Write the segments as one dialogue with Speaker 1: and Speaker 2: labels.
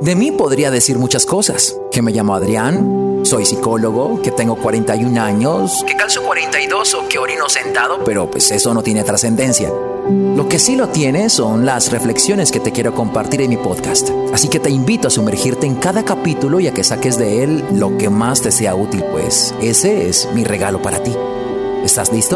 Speaker 1: De mí podría decir muchas cosas, que me llamo Adrián, soy psicólogo, que tengo 41 años, que calzo 42 o que orino sentado, pero pues eso no tiene trascendencia. Lo que sí lo tiene son las reflexiones que te quiero compartir en mi podcast. Así que te invito a sumergirte en cada capítulo y a que saques de él lo que más te sea útil, pues ese es mi regalo para ti. ¿Estás listo?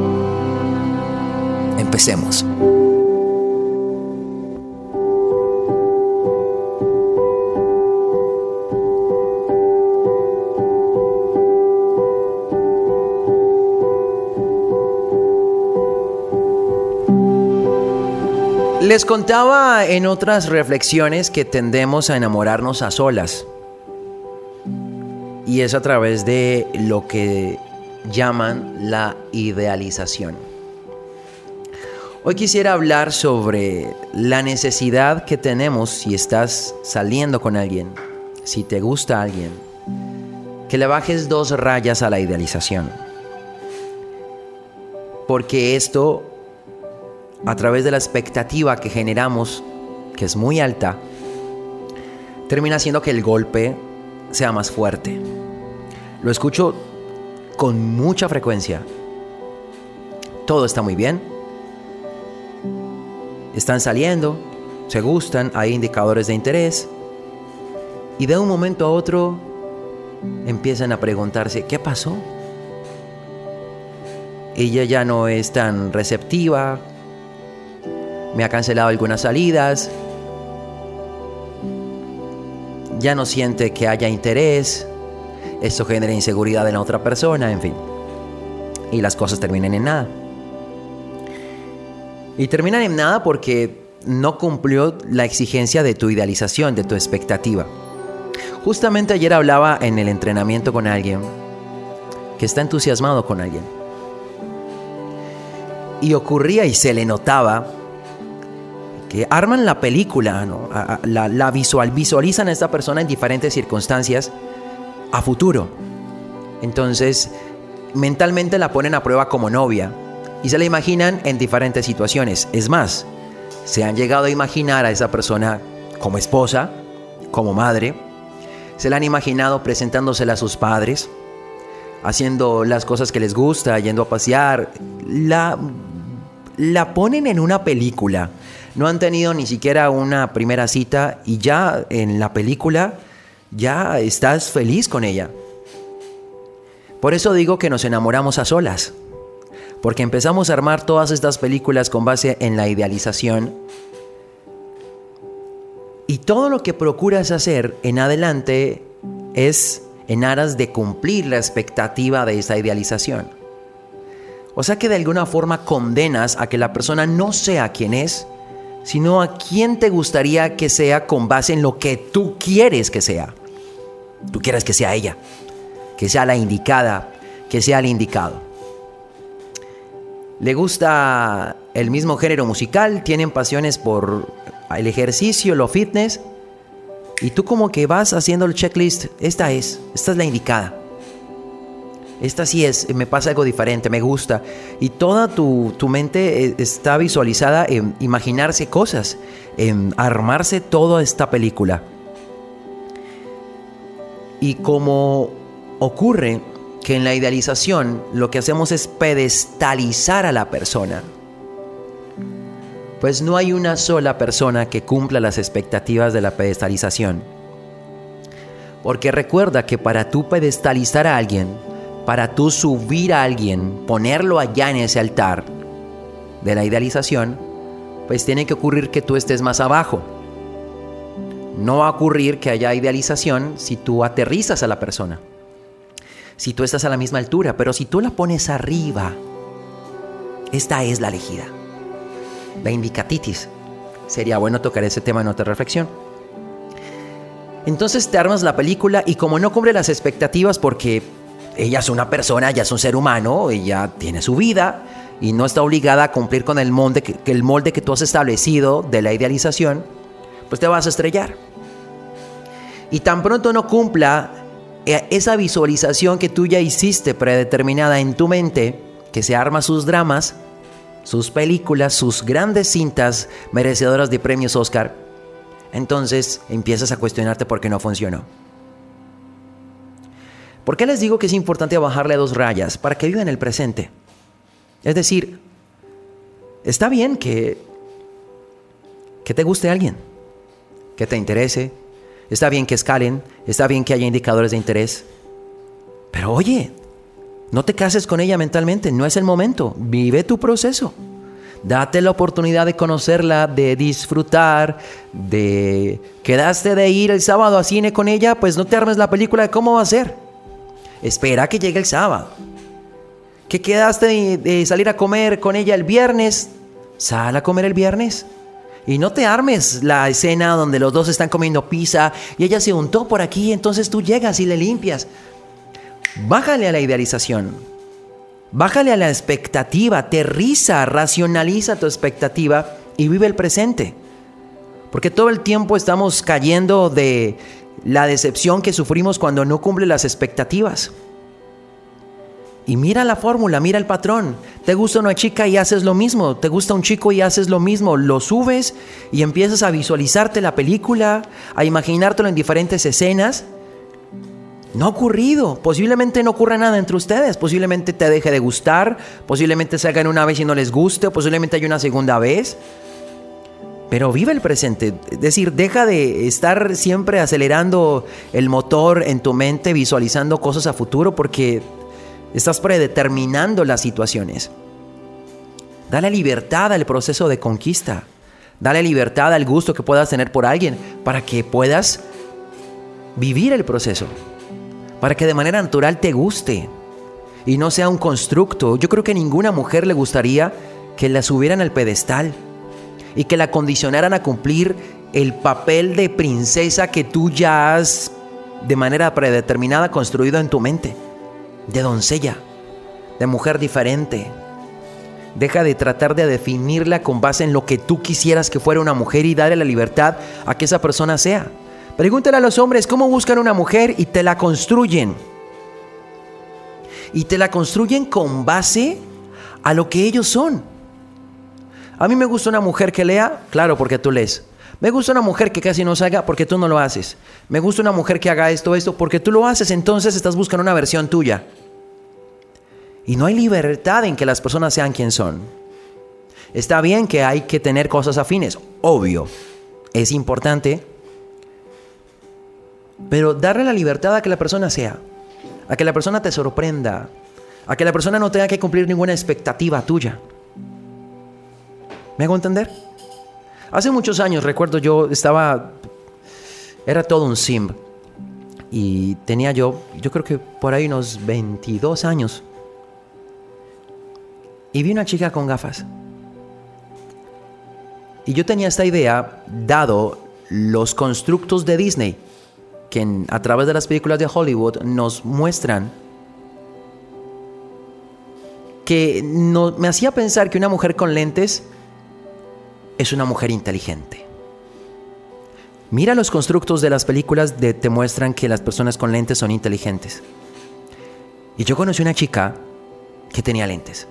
Speaker 1: Empecemos. Les contaba en otras reflexiones que tendemos a enamorarnos a solas. Y es a través de lo que llaman la idealización. Hoy quisiera hablar sobre la necesidad que tenemos si estás saliendo con alguien, si te gusta alguien, que le bajes 2 rayas a la idealización. Porque esto, a través de la expectativa que generamos, que es muy alta, termina haciendo que el golpe sea más fuerte. Lo escucho con mucha frecuencia. Todo está muy bien. Están saliendo, se gustan, hay indicadores de interés. Y de un momento a otro empiezan a preguntarse, ¿qué pasó? Ella ya no es tan receptiva. Me ha cancelado algunas salidas. Ya no siente que haya interés. Esto genera inseguridad en la otra persona, en fin. Y las cosas terminan en nada. Y terminan en nada porque no cumplió la exigencia de tu idealización, de tu expectativa. Justamente ayer hablaba en el entrenamiento con alguien que está entusiasmado con alguien. Y ocurría y se le notaba que arman la película, ¿no? Visualizan a esta persona en diferentes circunstancias a futuro. Entonces, mentalmente la ponen a prueba como novia y se la imaginan en diferentes situaciones. Es más, se han llegado a imaginar a esa persona como esposa, como madre. Se la han imaginado presentándosela a sus padres, haciendo las cosas que les gusta, yendo a pasear. La ponen en una película. No han tenido ni siquiera una primera cita y ya en la película ya estás feliz con ella. Por eso digo que nos enamoramos a solas, porque empezamos a armar todas estas películas con base en la idealización y todo lo que procuras hacer en adelante es en aras de cumplir la expectativa de esa idealización. O sea que de alguna forma condenas a que la persona no sea quien es, sino a quién te gustaría que sea con base en lo que tú quieres que sea. Tú quieres que sea ella, que sea la indicada, que sea el indicado. Le gusta el mismo género musical, tienen pasiones por el ejercicio, lo fitness, y tú como que vas haciendo el checklist, esta es la indicada. Esta sí es, me pasa algo diferente, me gusta. Y toda tu mente está visualizada en imaginarse cosas, en armarse toda esta película. Y como ocurre que en la idealización lo que hacemos es pedestalizar a la persona, pues no hay una sola persona que cumpla las expectativas de la pedestalización. Porque recuerda que para tú pedestalizar a alguien, para tú subir a alguien, ponerlo allá en ese altar de la idealización, pues tiene que ocurrir que tú estés más abajo. No va a ocurrir que haya idealización si tú aterrizas a la persona, si tú estás a la misma altura, pero si tú la pones arriba, esta es la elegida. La indicatitis. Sería bueno tocar ese tema en otra reflexión. Entonces te armas la película y como no cumple las expectativas porque ella es una persona, ella es un ser humano, ella tiene su vida y no está obligada a cumplir con el molde que tú has establecido de la idealización, pues te vas a estrellar. Y tan pronto no cumpla esa visualización que tú ya hiciste predeterminada en tu mente, que se arma sus dramas, sus películas, sus grandes cintas merecedoras de premios Oscar, entonces empiezas a cuestionarte por qué no funcionó. ¿Por qué les digo que es importante bajarle 2 rayas? Para que vivan el presente. Es decir, está bien que te guste alguien, que te interese, está bien que escalen, está bien que haya indicadores de interés, pero oye, no te cases con ella mentalmente, no es el momento, vive tu proceso. Date la oportunidad de conocerla, de disfrutar, de... ¿Quedaste de ir el sábado a cine con ella? Pues no te armes la película de cómo va a ser. Espera que llegue el sábado. ¿Qué quedaste de salir a comer con ella el viernes? Sal a comer el viernes. Y no te armes la escena donde los dos están comiendo pizza y ella se untó por aquí, entonces tú llegas y le limpias. Bájale a la idealización. Bájale a la expectativa. Aterriza, racionaliza tu expectativa y vive el presente. Porque todo el tiempo estamos cayendo de la decepción que sufrimos cuando no cumple las expectativas. Y mira la fórmula, mira el patrón. Te gusta una chica y haces lo mismo. Te gusta un chico y haces lo mismo. Lo subes y empiezas a visualizarte la película, a imaginártelo en diferentes escenas. No ha ocurrido. Posiblemente no ocurra nada entre ustedes. Posiblemente te deje de gustar. Posiblemente salgan una vez y no les guste. O posiblemente haya una segunda vez. Pero vive el presente. Es decir, deja de estar siempre acelerando el motor en tu mente, visualizando cosas a futuro, porque estás predeterminando las situaciones. Dale libertad al proceso de conquista. Dale libertad al gusto que puedas tener por alguien para que puedas vivir el proceso. Para que de manera natural te guste y no sea un constructo. Yo creo que a ninguna mujer le gustaría que la subieran al pedestal y que la condicionaran a cumplir el papel de princesa que tú ya has de manera predeterminada construido en tu mente. De doncella, de mujer diferente. Deja de tratar de definirla con base en lo que tú quisieras que fuera una mujer y darle la libertad a que esa persona sea. Pregúntale a los hombres cómo buscan una mujer y te la construyen. Y te la construyen con base a lo que ellos son. A mí me gusta una mujer que lea, claro, porque tú lees. Me gusta una mujer que casi no salga porque tú no lo haces. Me gusta una mujer que haga esto, porque tú lo haces, entonces estás buscando una versión tuya. Y no hay libertad en que las personas sean quien son. Está bien que hay que tener cosas afines, obvio, es importante. Pero darle la libertad a que la persona sea, a que la persona te sorprenda, a que la persona no tenga que cumplir ninguna expectativa tuya. ¿Me hago entender? Hace muchos años, recuerdo, era todo un simp. Y tenía yo creo que por ahí unos 22 años. Y vi una chica con gafas. Y yo tenía esta idea, dado los constructos de Disney, que a través de las películas de Hollywood nos muestran, que me hacía pensar que una mujer con lentes es una mujer inteligente. Mira los constructos de las películas te muestran que las personas con lentes son inteligentes. Y yo conocí una chica que tenía lentes.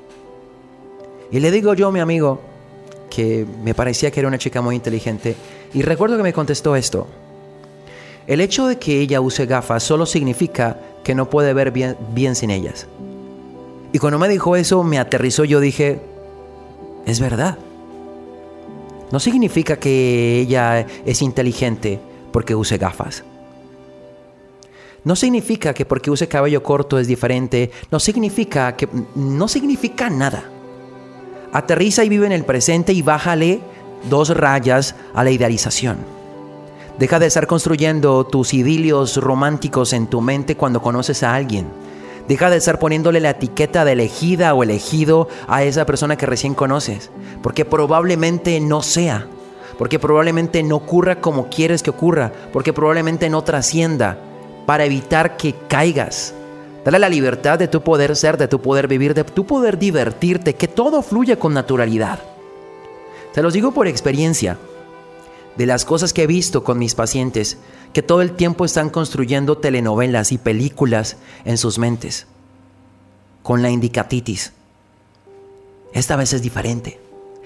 Speaker 1: Y le digo yo a mi amigo que me parecía que era una chica muy inteligente. Y recuerdo que me contestó esto: el hecho de que ella use gafas solo significa que no puede ver bien sin ellas. Y cuando me dijo eso, me aterrizó. Yo dije, es verdad. No significa que ella es inteligente porque use gafas. No significa que porque use cabello corto es diferente. No significa nada. Aterriza y vive en el presente y bájale 2 rayas a la idealización. Deja de estar construyendo tus idilios románticos en tu mente cuando conoces a alguien. Deja de estar poniéndole la etiqueta de elegida o elegido a esa persona que recién conoces. Porque probablemente no sea. Porque probablemente no ocurra como quieres que ocurra. Porque probablemente no trascienda. Para evitar que caigas. Dale la libertad de tu poder ser, de tu poder vivir, de tu poder divertirte. Que todo fluya con naturalidad. Te los digo por experiencia. De las cosas que he visto con mis pacientes, que todo el tiempo están construyendo telenovelas y películas en sus mentes, con la indicatitis. Esta vez es diferente.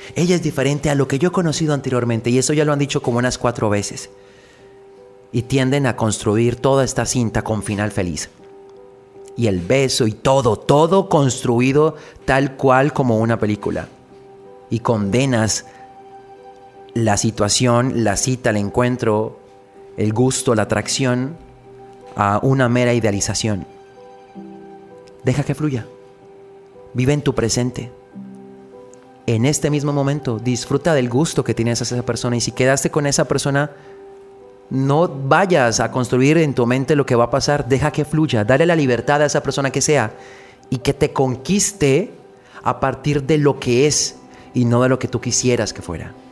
Speaker 1: Ella es diferente a lo que yo he conocido anteriormente, y eso ya lo han dicho como unas 4 veces. Y tienden a construir toda esta cinta con final feliz. Y el beso y todo construido tal cual como una película. Y condenas la situación, la cita, el encuentro, el gusto, la atracción a una mera idealización. Deja que fluya. Vive en tu presente. En este mismo momento, disfruta del gusto que tienes hacia esa persona. Y si quedaste con esa persona, no vayas a construir en tu mente lo que va a pasar. Deja que fluya. Dale la libertad a esa persona que sea y que te conquiste a partir de lo que es y no de lo que tú quisieras que fuera.